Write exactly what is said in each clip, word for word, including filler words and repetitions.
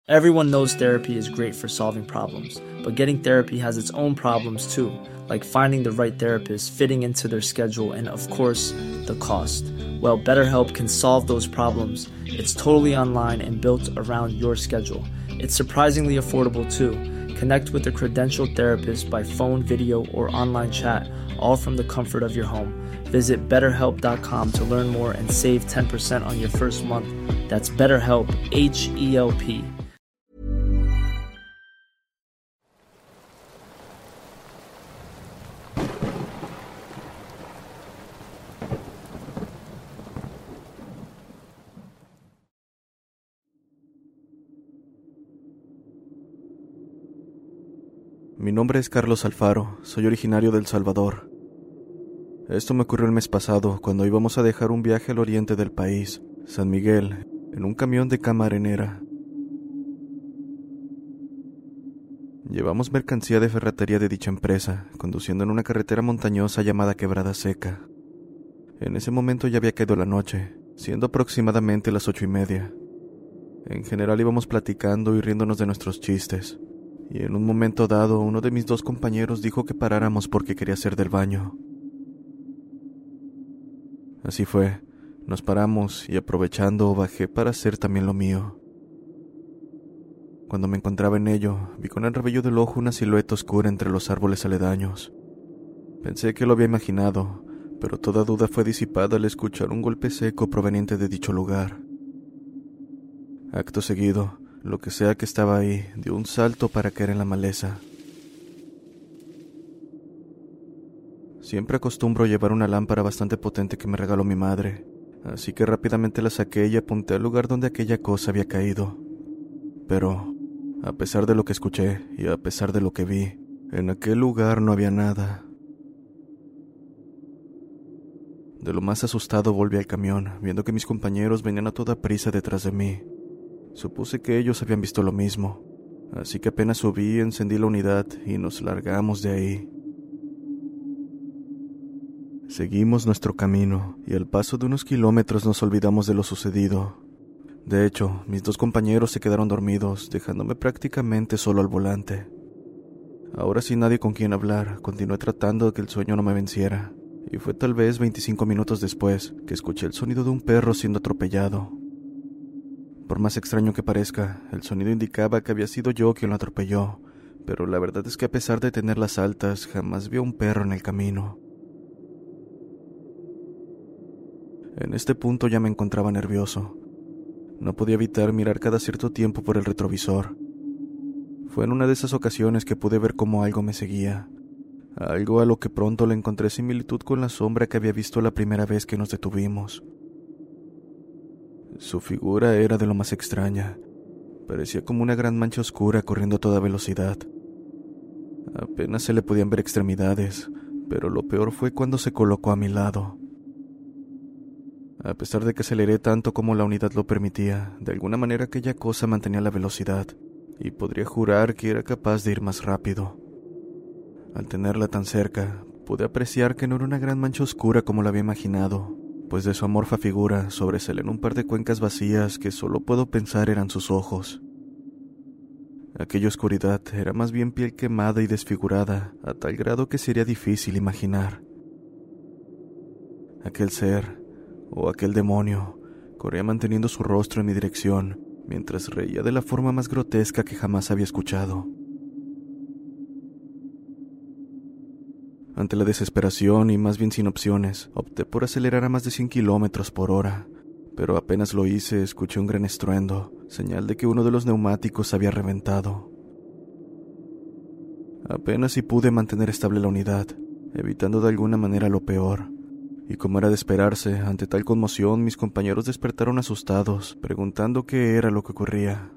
Everyone knows therapy is great for solving problems, but getting therapy has its own problems too, like finding the right therapist, fitting into their schedule, and of course, the cost. Well, BetterHelp can solve those problems. It's totally online and built around your schedule. It's surprisingly affordable too. Connect with a credentialed therapist by phone, video, or online chat, all from the comfort of your home. Visit better help dot com to learn more and save ten percent on your first month. That's BetterHelp, H E L P. Mi nombre es Carlos Alfaro, soy originario de El Salvador. Esto me ocurrió el mes pasado, cuando íbamos a dejar un viaje al oriente del país, San Miguel, en un camión de cama arenera. Llevamos mercancía de ferretería de dicha empresa, conduciendo en una carretera montañosa llamada Quebrada Seca. En ese momento ya había caído la noche, siendo aproximadamente las ocho y media. En general íbamos platicando y riéndonos de nuestros chistes. Y en un momento dado, uno de mis dos compañeros dijo que paráramos porque quería hacer del baño. Así fue, nos paramos y aprovechando bajé para hacer también lo mío. Cuando me encontraba en ello, vi con el rabillo del ojo una silueta oscura entre los árboles aledaños. Pensé que lo había imaginado, pero toda duda fue disipada al escuchar un golpe seco proveniente de dicho lugar. Acto seguido, lo que sea que estaba ahí, dio un salto para caer en la maleza. Siempre acostumbro llevar una lámpara bastante potente que me regaló mi madre, así que rápidamente la saqué y apunté al lugar donde aquella cosa había caído. Pero, a pesar de lo que escuché y a pesar de lo que vi, en aquel lugar no había nada. De lo más asustado volví al camión, viendo que mis compañeros venían a toda prisa detrás de mí. Supuse que ellos habían visto lo mismo, así que apenas subí, encendí la unidad y nos largamos de ahí. Seguimos nuestro camino y al paso de unos kilómetros nos olvidamos de lo sucedido. De hecho, mis dos compañeros se quedaron dormidos, dejándome prácticamente solo al volante. Ahora sin nadie con quien hablar, continué tratando de que el sueño no me venciera, y fue tal vez veinticinco minutos después que escuché el sonido de un perro siendo atropellado. Por más extraño que parezca, el sonido indicaba que había sido yo quien lo atropelló, pero la verdad es que a pesar de tener las altas, jamás vi a un perro en el camino. En este punto ya me encontraba nervioso. No podía evitar mirar cada cierto tiempo por el retrovisor. Fue en una de esas ocasiones que pude ver cómo algo me seguía, algo a lo que pronto le encontré similitud con la sombra que había visto la primera vez que nos detuvimos. Su figura era de lo más extraña. Parecía como una gran mancha oscura corriendo a toda velocidad. Apenas se le podían ver extremidades, pero lo peor fue cuando se colocó a mi lado. A pesar de que aceleré tanto como la unidad lo permitía, de alguna manera aquella cosa mantenía la velocidad, y podría jurar que era capaz de ir más rápido. Al tenerla tan cerca, pude apreciar que no era una gran mancha oscura como la había imaginado, pues de su amorfa figura sobresalen un par de cuencas vacías que solo puedo pensar eran sus ojos. Aquella oscuridad era más bien piel quemada y desfigurada, a tal grado que sería difícil imaginar. Aquel ser, o aquel demonio, corría manteniendo su rostro en mi dirección, mientras reía de la forma más grotesca que jamás había escuchado. Ante la desesperación y más bien sin opciones, opté por acelerar a más de cien kilómetros por hora, pero apenas lo hice escuché un gran estruendo, señal de que uno de los neumáticos había reventado. Apenas si pude mantener estable la unidad, evitando de alguna manera lo peor, y como era de esperarse, ante tal conmoción mis compañeros despertaron asustados, preguntando qué era lo que ocurría.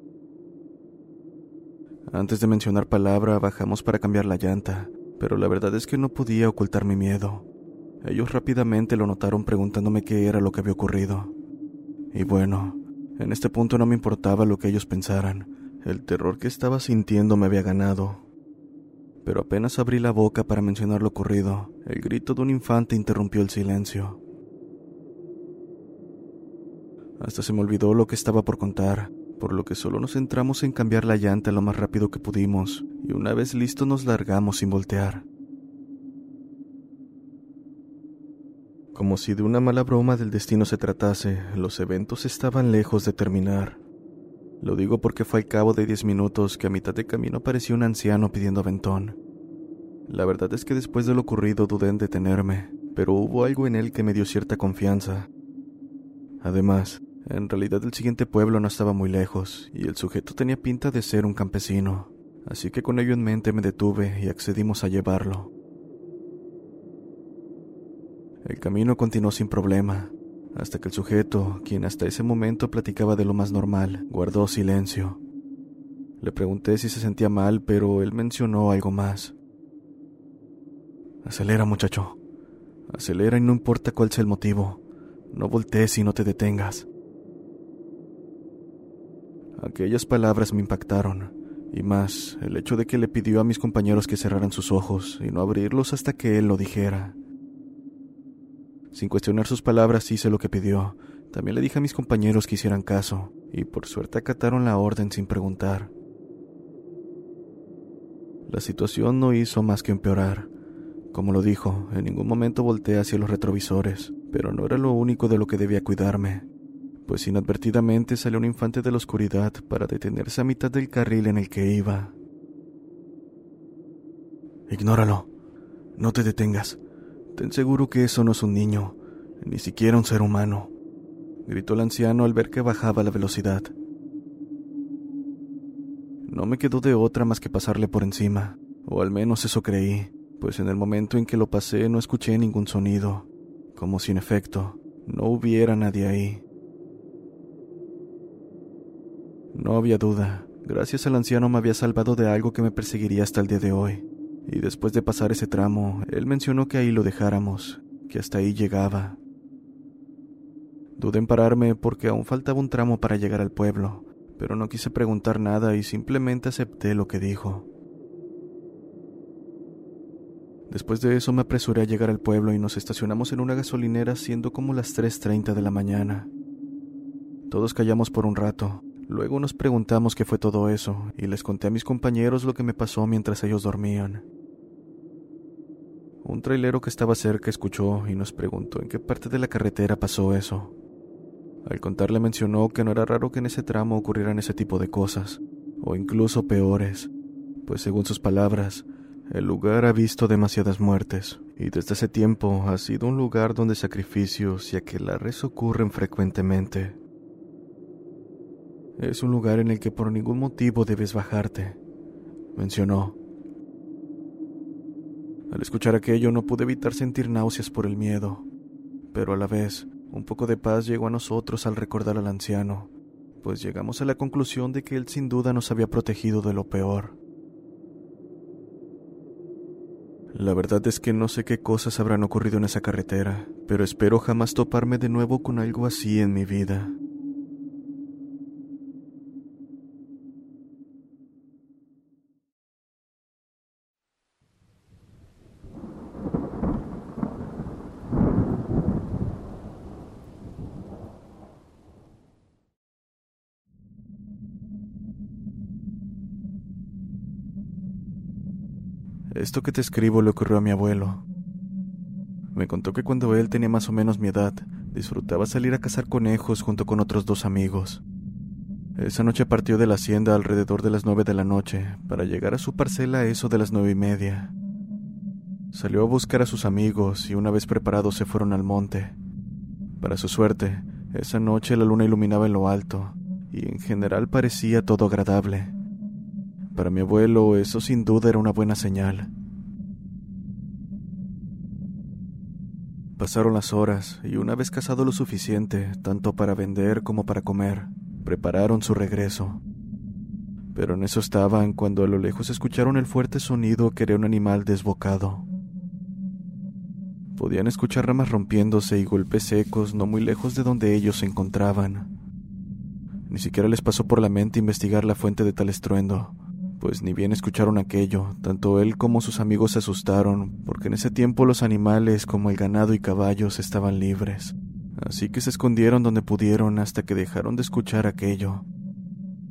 Antes de mencionar palabra, bajamos para cambiar la llanta, pero la verdad es que no podía ocultar mi miedo. Ellos rápidamente lo notaron preguntándome qué era lo que había ocurrido. Y bueno, en este punto no me importaba lo que ellos pensaran. El terror que estaba sintiendo me había ganado. Pero apenas abrí la boca para mencionar lo ocurrido, el grito de un infante interrumpió el silencio. Hasta se me olvidó lo que estaba por contar, por lo que solo nos centramos en cambiar la llanta lo más rápido que pudimos, y una vez listo nos largamos sin voltear. Como si de una mala broma del destino se tratase, los eventos estaban lejos de terminar. Lo digo porque fue al cabo de diez minutos que a mitad de camino apareció un anciano pidiendo aventón. La verdad es que después de lo ocurrido dudé en detenerme, pero hubo algo en él que me dio cierta confianza. Además, en realidad el siguiente pueblo no estaba muy lejos, y el sujeto tenía pinta de ser un campesino, así que con ello en mente me detuve y accedimos a llevarlo. El camino continuó sin problema, hasta que el sujeto, quien hasta ese momento platicaba de lo más normal, guardó silencio. Le pregunté si se sentía mal, pero él mencionó algo más. Acelera, muchacho. Acelera y no importa cuál sea el motivo. No voltees y no te detengas. Aquellas palabras me impactaron, y más el hecho de que le pidió a mis compañeros que cerraran sus ojos y no abrirlos hasta que él lo dijera. Sin cuestionar sus palabras hice lo que pidió. También le dije a mis compañeros que hicieran caso, y por suerte acataron la orden sin preguntar. La situación no hizo más que empeorar. Como lo dijo, en ningún momento volteé hacia los retrovisores, pero no era lo único de lo que debía cuidarme, pues inadvertidamente salió un infante de la oscuridad para detenerse a mitad del carril en el que iba. Ignóralo. No te detengas. Ten seguro que eso no es un niño, ni siquiera un ser humano, gritó el anciano al ver que bajaba la velocidad. No me quedó de otra más que pasarle por encima, o al menos eso creí, pues en el momento en que lo pasé no escuché ningún sonido, como si en efecto no hubiera nadie ahí. No había duda, gracias al anciano me había salvado de algo que me perseguiría hasta el día de hoy. Y después de pasar ese tramo, él mencionó que ahí lo dejáramos, que hasta ahí llegaba. Dudé en pararme porque aún faltaba un tramo para llegar al pueblo, pero no quise preguntar nada y simplemente acepté lo que dijo. Después de eso me apresuré a llegar al pueblo y nos estacionamos en una gasolinera siendo como las tres treinta de la mañana. Todos callamos por un rato. Luego nos preguntamos qué fue todo eso, y les conté a mis compañeros lo que me pasó mientras ellos dormían. Un trailero que estaba cerca escuchó y nos preguntó en qué parte de la carretera pasó eso. Al contarle mencionó que no era raro que en ese tramo ocurrieran ese tipo de cosas, o incluso peores, pues según sus palabras, el lugar ha visto demasiadas muertes, y desde ese tiempo ha sido un lugar donde sacrificios y aquelarres ocurren frecuentemente. Es un lugar en el que por ningún motivo debes bajarte, mencionó. Al escuchar aquello no pude evitar sentir náuseas por el miedo, pero a la vez un poco de paz llegó a nosotros al recordar al anciano, pues llegamos a la conclusión de que él sin duda nos había protegido de lo peor. La verdad es que no sé qué cosas habrán ocurrido en esa carretera, pero espero jamás toparme de nuevo con algo así en mi vida. Esto que te escribo le ocurrió a mi abuelo. Me contó que cuando él tenía más o menos mi edad, disfrutaba salir a cazar conejos junto con otros dos amigos. Esa noche partió de la hacienda alrededor de las nueve de la noche, para llegar a su parcela a eso de las nueve y media. Salió a buscar a sus amigos y una vez preparados se fueron al monte. Para su suerte, esa noche la luna iluminaba en lo alto, y en general parecía todo agradable. Para mi abuelo, eso sin duda era una buena señal. Pasaron las horas, y una vez cazado lo suficiente, tanto para vender como para comer, prepararon su regreso. Pero en eso estaban cuando a lo lejos escucharon el fuerte sonido que era un animal desbocado. Podían escuchar ramas rompiéndose y golpes secos no muy lejos de donde ellos se encontraban. Ni siquiera les pasó por la mente investigar la fuente de tal estruendo, pues ni bien escucharon aquello, tanto él como sus amigos se asustaron, porque en ese tiempo los animales como el ganado y caballos estaban libres, así que se escondieron donde pudieron hasta que dejaron de escuchar aquello.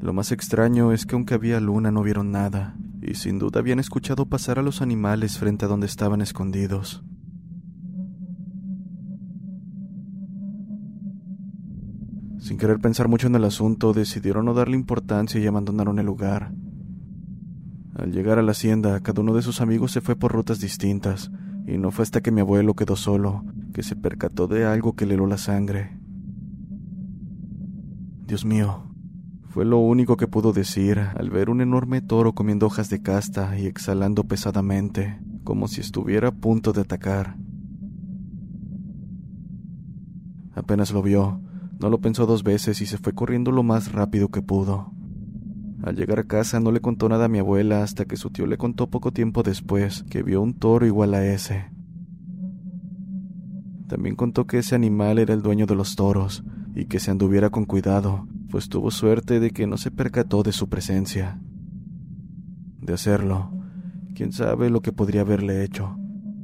Lo más extraño es que aunque había luna no vieron nada, y sin duda habían escuchado pasar a los animales frente a donde estaban escondidos. Sin querer pensar mucho en el asunto, decidieron no darle importancia y abandonaron el lugar. Al llegar a la hacienda, cada uno de sus amigos se fue por rutas distintas, y no fue hasta que mi abuelo quedó solo que se percató de algo que le heló la sangre. Dios mío, fue lo único que pudo decir al ver un enorme toro comiendo hojas de casta y exhalando pesadamente, como si estuviera a punto de atacar. Apenas lo vio, no lo pensó dos veces y se fue corriendo lo más rápido que pudo. Al llegar a casa no le contó nada a mi abuela hasta que su tío le contó poco tiempo después que vio un toro igual a ese. También contó que ese animal era el dueño de los toros y que se anduviera con cuidado, pues tuvo suerte de que no se percató de su presencia. De hacerlo, quién sabe lo que podría haberle hecho.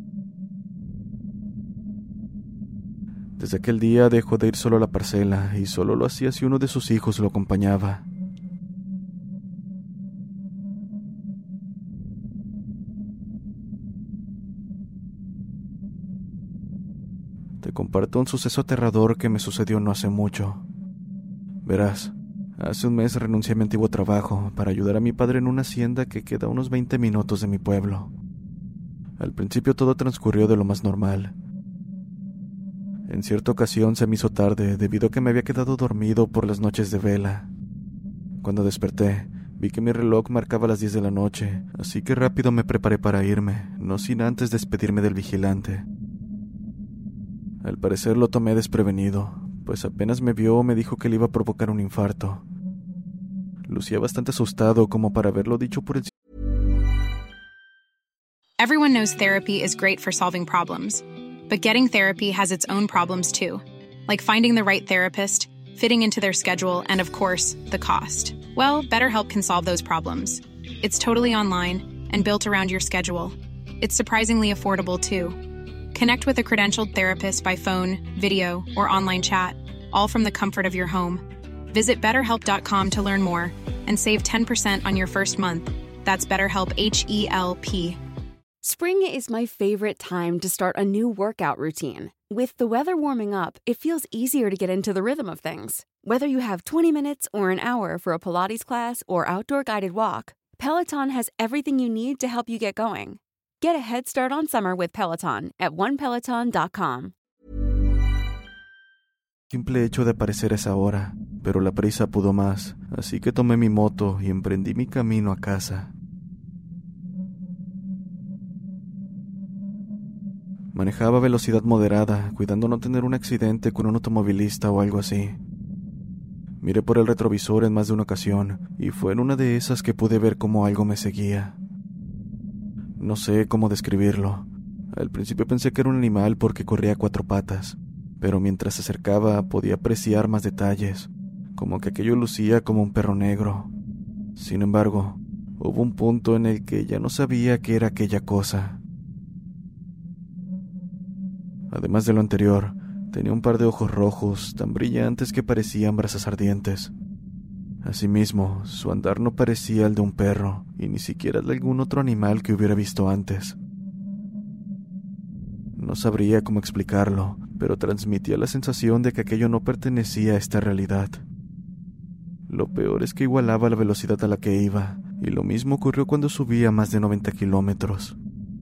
Desde aquel día dejó de ir solo a la parcela y solo lo hacía si uno de sus hijos lo acompañaba. Te comparto un suceso aterrador que me sucedió no hace mucho. Verás, hace un mes renuncié a mi antiguo trabajo para ayudar a mi padre en una hacienda que queda a unos veinte minutos de mi pueblo. Al principio todo transcurrió de lo más normal. En cierta ocasión se me hizo tarde debido a que me había quedado dormido por las noches de vela. Cuando desperté, vi que mi reloj marcaba las diez de la noche, así que rápido me preparé para irme, no sin antes despedirme del vigilante. Al parecer lo tomé desprevenido, pues apenas me vio me dijo que le iba a provocar un infarto. Lucía bastante asustado como para haberlo dicho por el... Everyone knows therapy is great for solving problems, but getting therapy has its own problems too, like finding the right therapist, fitting into their schedule, and of course, the cost. Well, BetterHelp can solve those problems. It's totally online and built around your schedule. It's surprisingly affordable too. Connect with a credentialed therapist by phone, video, or online chat, all from the comfort of your home. Visit better help dot com to learn more and save ten percent on your first month. That's BetterHelp, H E L P. Spring is my favorite time to start a new workout routine. With the weather warming up, it feels easier to get into the rhythm of things. Whether you have twenty minutes or an hour for a Pilates class or outdoor guided walk, Peloton has everything you need to help you get going. Get a head start on summer with Peloton at one peloton dot com. Simple hecho de aparecer a esa hora, pero la prisa pudo más, así que tomé mi moto y emprendí mi camino a casa. Manejaba a velocidad moderada, cuidando no tener un accidente con un automovilista o algo así. Miré por el retrovisor en más de una ocasión, y fue en una de esas que pude ver cómo algo me seguía. No sé cómo describirlo. Al principio pensé que era un animal porque corría a cuatro patas, pero mientras se acercaba podía apreciar más detalles, como que aquello lucía como un perro negro. Sin embargo, hubo un punto en el que ya no sabía qué era aquella cosa. Además de lo anterior, tenía un par de ojos rojos, tan brillantes que parecían brasas ardientes. Asimismo, su andar no parecía el de un perro, y ni siquiera el de algún otro animal que hubiera visto antes. No sabría cómo explicarlo, pero transmitía la sensación de que aquello no pertenecía a esta realidad. Lo peor es que igualaba la velocidad a la que iba, y lo mismo ocurrió cuando subía a más de noventa kilómetros.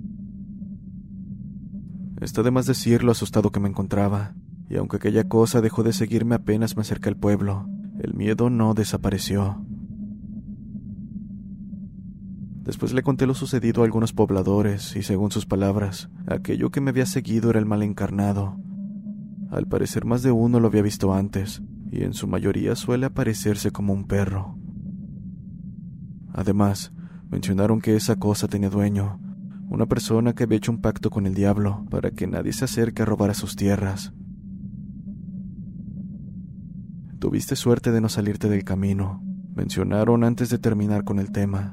Está de más decir lo asustado que me encontraba, y aunque aquella cosa dejó de seguirme apenas me acerqué al pueblo, el miedo no desapareció. Después le conté lo sucedido a algunos pobladores, y según sus palabras, aquello que me había seguido era el mal encarnado. Al parecer más de uno lo había visto antes, y en su mayoría suele aparecerse como un perro. Además, mencionaron que esa cosa tenía dueño, una persona que había hecho un pacto con el diablo para que nadie se acerque a robar a sus tierras. Tuviste suerte de no salirte del camino, mencionaron antes de terminar con el tema.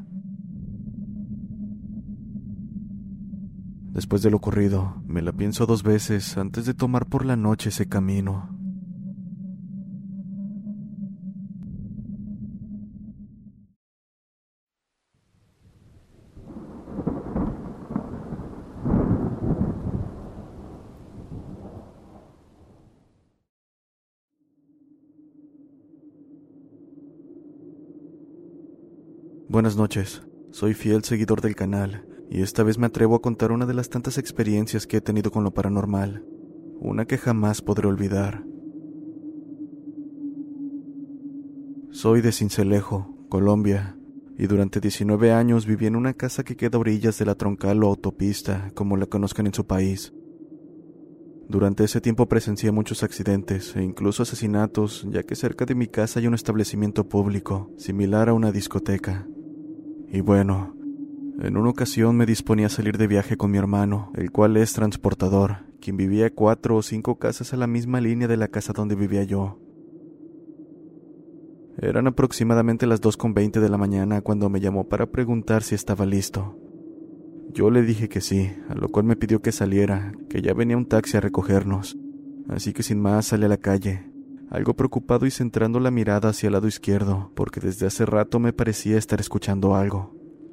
Después de lo ocurrido, me la pienso dos veces antes de tomar por la noche ese camino. Buenas noches, soy fiel seguidor del canal y esta vez me atrevo a contar una de las tantas experiencias que he tenido con lo paranormal, una que jamás podré olvidar. Soy de Sincelejo, Colombia, y durante diecinueve años viví en una casa que queda a orillas de la troncal o autopista, como la conozcan en su país. Durante ese tiempo presencié muchos accidentes e incluso asesinatos, ya que cerca de mi casa hay un establecimiento público, similar a una discoteca. Y bueno, en una ocasión me disponía a salir de viaje con mi hermano, el cual es transportador, quien vivía cuatro o cinco casas a la misma línea de la casa donde vivía yo. Eran aproximadamente las dos con veinte de la mañana cuando me llamó para preguntar si estaba listo. Yo le dije que sí, a lo cual me pidió que saliera, que ya venía un taxi a recogernos. Así que sin más salí a la calle, algo preocupado y centrando la mirada hacia el lado izquierdo, porque desde hace rato me parecía estar escuchando algo.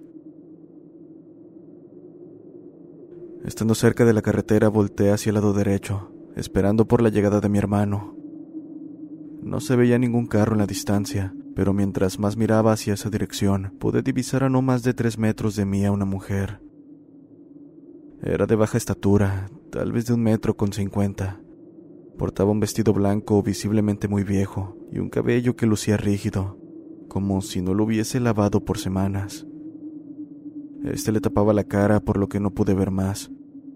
Estando cerca de la carretera, volteé hacia el lado derecho, esperando por la llegada de mi hermano. No se veía ningún carro en la distancia, pero mientras más miraba hacia esa dirección, pude divisar a no más de tres metros de mí a una mujer. Era de baja estatura, tal vez de un metro con cincuenta. Portaba un vestido blanco visiblemente muy viejo y un cabello que lucía rígido, como si no lo hubiese lavado por semanas. Este le tapaba la cara, por lo que no pude ver más.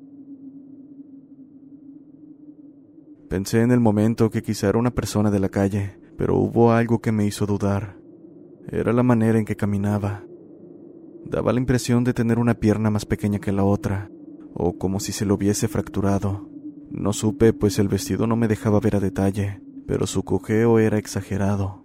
Pensé en el momento que quizá era una persona de la calle, pero hubo algo que me hizo dudar. Era la manera en que caminaba. Daba la impresión de tener una pierna más pequeña que la otra, o como si se lo hubiese fracturado. No supe, pues el vestido no me dejaba ver a detalle, pero su cojeo era exagerado.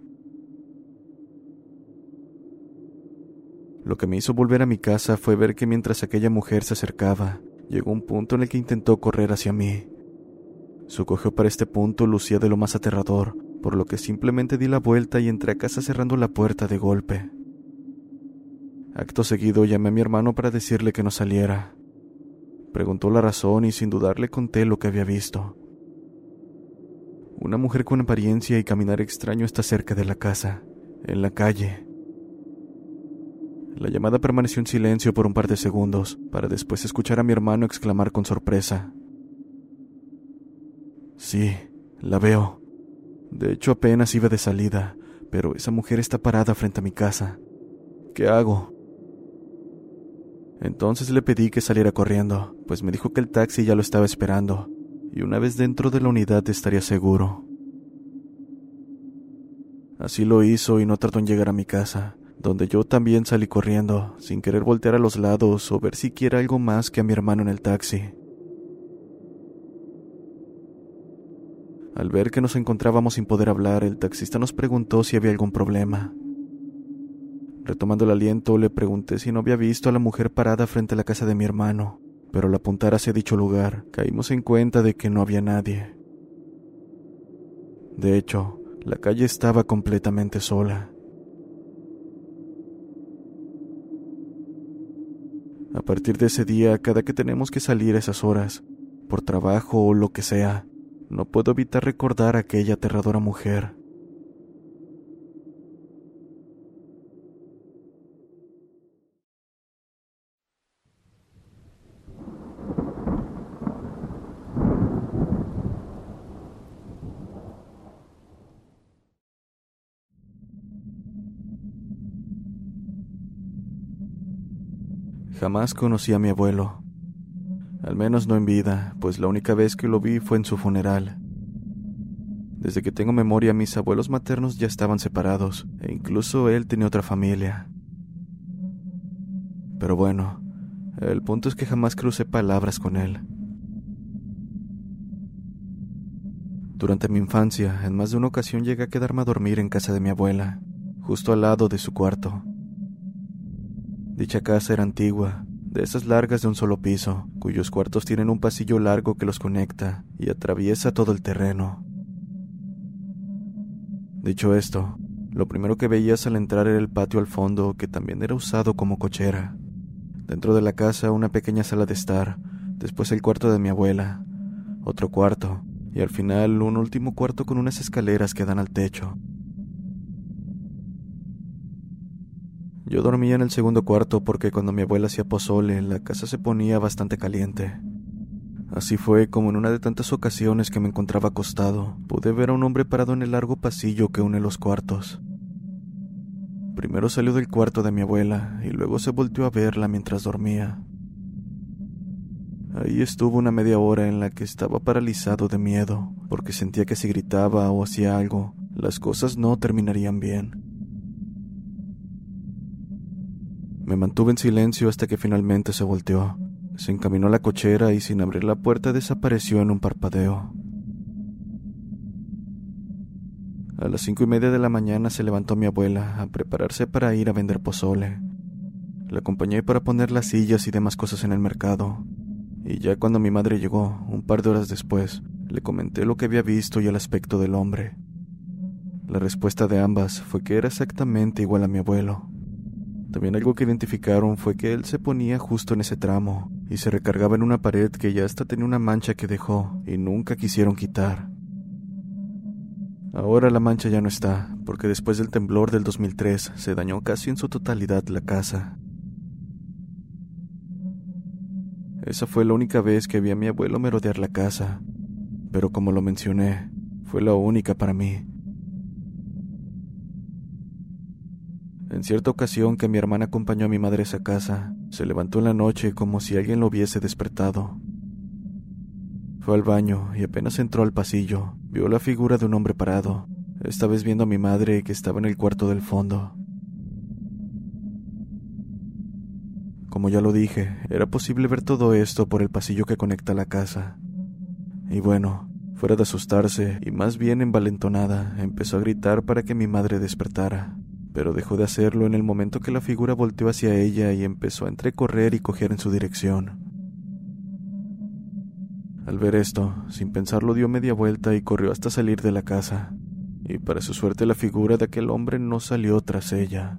Lo que me hizo volver a mi casa fue ver que mientras aquella mujer se acercaba, llegó un punto en el que intentó correr hacia mí. Su cojeo para este punto lucía de lo más aterrador, por lo que simplemente di la vuelta y entré a casa cerrando la puerta de golpe. Acto seguido llamé a mi hermano para decirle que no saliera. Preguntó la razón y sin dudar le conté lo que había visto. Una mujer con apariencia y caminar extraño está cerca de la casa, en la calle. La llamada permaneció en silencio por un par de segundos, para después escuchar a mi hermano exclamar con sorpresa: «Sí, la veo. De hecho, apenas iba de salida, pero esa mujer está parada frente a mi casa. ¿Qué hago?». Entonces le pedí que saliera corriendo, pues me dijo que el taxi ya lo estaba esperando, y una vez dentro de la unidad estaría seguro. Así lo hizo y no tardó en llegar a mi casa, donde yo también salí corriendo, sin querer voltear a los lados o ver siquiera algo más que a mi hermano en el taxi. Al ver que nos encontrábamos sin poder hablar, el taxista nos preguntó si había algún problema. Retomando el aliento, le pregunté si no había visto a la mujer parada frente a la casa de mi hermano, pero al apuntar hacia dicho lugar, caímos en cuenta de que no había nadie. De hecho, la calle estaba completamente sola. A partir de ese día, cada que tenemos que salir a esas horas, por trabajo o lo que sea, no puedo evitar recordar a aquella aterradora mujer. Jamás conocí a mi abuelo. Al menos no en vida, pues la única vez que lo vi fue en su funeral. Desde que tengo memoria, mis abuelos maternos ya estaban separados, e incluso él tenía otra familia. Pero bueno, el punto es que jamás crucé palabras con él. Durante mi infancia, en más de una ocasión llegué a quedarme a dormir en casa de mi abuela, justo al lado de su cuarto. Dicha casa era antigua, de esas largas de un solo piso, cuyos cuartos tienen un pasillo largo que los conecta y atraviesa todo el terreno. Dicho esto, lo primero que veías al entrar era el patio al fondo, que también era usado como cochera. Dentro de la casa, una pequeña sala de estar, después el cuarto de mi abuela, otro cuarto, y al final un último cuarto con unas escaleras que dan al techo. Yo dormía en el segundo cuarto porque cuando mi abuela hacía pozole, la casa se ponía bastante caliente. Así fue como en una de tantas ocasiones que me encontraba acostado, pude ver a un hombre parado en el largo pasillo que une los cuartos. Primero salió del cuarto de mi abuela y luego se volteó a verla mientras dormía. Ahí estuvo una media hora en la que estaba paralizado de miedo, porque sentía que si gritaba o hacía algo, las cosas no terminarían bien. Me mantuve en silencio hasta que finalmente se volteó. Se encaminó a la cochera y sin abrir la puerta desapareció en un parpadeo. A las cinco y media de la mañana se levantó mi abuela a prepararse para ir a vender pozole. La acompañé para poner las sillas y demás cosas en el mercado. Y ya cuando mi madre llegó, un par de horas después, le comenté lo que había visto y el aspecto del hombre. La respuesta de ambas fue que era exactamente igual a mi abuelo. También algo que identificaron fue que él se ponía justo en ese tramo y se recargaba en una pared que ya hasta tenía una mancha que dejó y nunca quisieron quitar. Ahora la mancha ya no está, porque después del temblor del dos mil tres se dañó casi en su totalidad la casa. Esa fue la única vez que vi a mi abuelo merodear la casa, pero como lo mencioné, fue la única para mí. En cierta ocasión que mi hermana acompañó a mi madre a esa casa, se levantó en la noche como si alguien lo hubiese despertado. Fue al baño y apenas entró al pasillo, vio la figura de un hombre parado, esta vez viendo a mi madre que estaba en el cuarto del fondo. Como ya lo dije, era posible ver todo esto por el pasillo que conecta a la casa. Y bueno, fuera de asustarse y más bien envalentonada, empezó a gritar para que mi madre despertara. Pero dejó de hacerlo en el momento que la figura volteó hacia ella y empezó a entrecorrer y coger en su dirección. Al ver esto, sin pensarlo dio media vuelta y corrió hasta salir de la casa, y para su suerte la figura de aquel hombre no salió tras ella.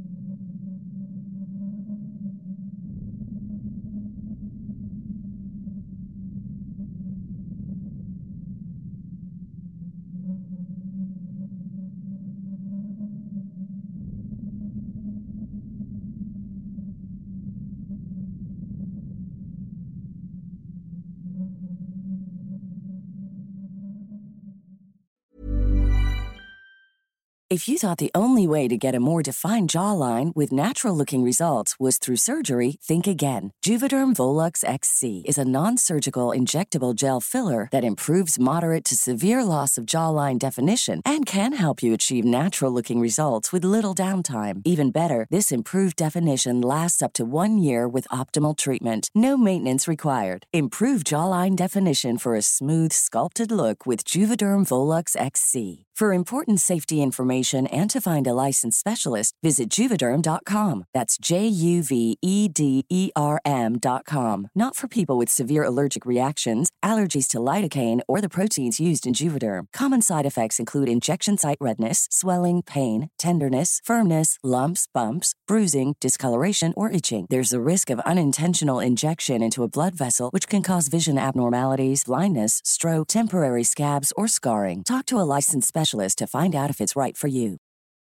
If you thought the only way to get a more defined jawline with natural-looking results was through surgery, think again. Juvederm Volux X C is a non-surgical injectable gel filler that improves moderate to severe loss of jawline definition and can help you achieve natural-looking results with little downtime. Even better, this improved definition lasts up to one year with optimal treatment. No maintenance required. Improve jawline definition for a smooth, sculpted look with Juvederm Volux X C. For important safety information and to find a licensed specialist, visit Juvederm dot com. That's J U V E D E R M dot com. Not for people with severe allergic reactions, allergies to lidocaine, or the proteins used in Juvederm. Common side effects include injection site redness, swelling, pain, tenderness, firmness, lumps, bumps, bruising, discoloration, or itching. There's a risk of unintentional injection into a blood vessel, which can cause vision abnormalities, blindness, stroke, temporary scabs, or scarring. Talk to a licensed specialist to find out if it's right for you.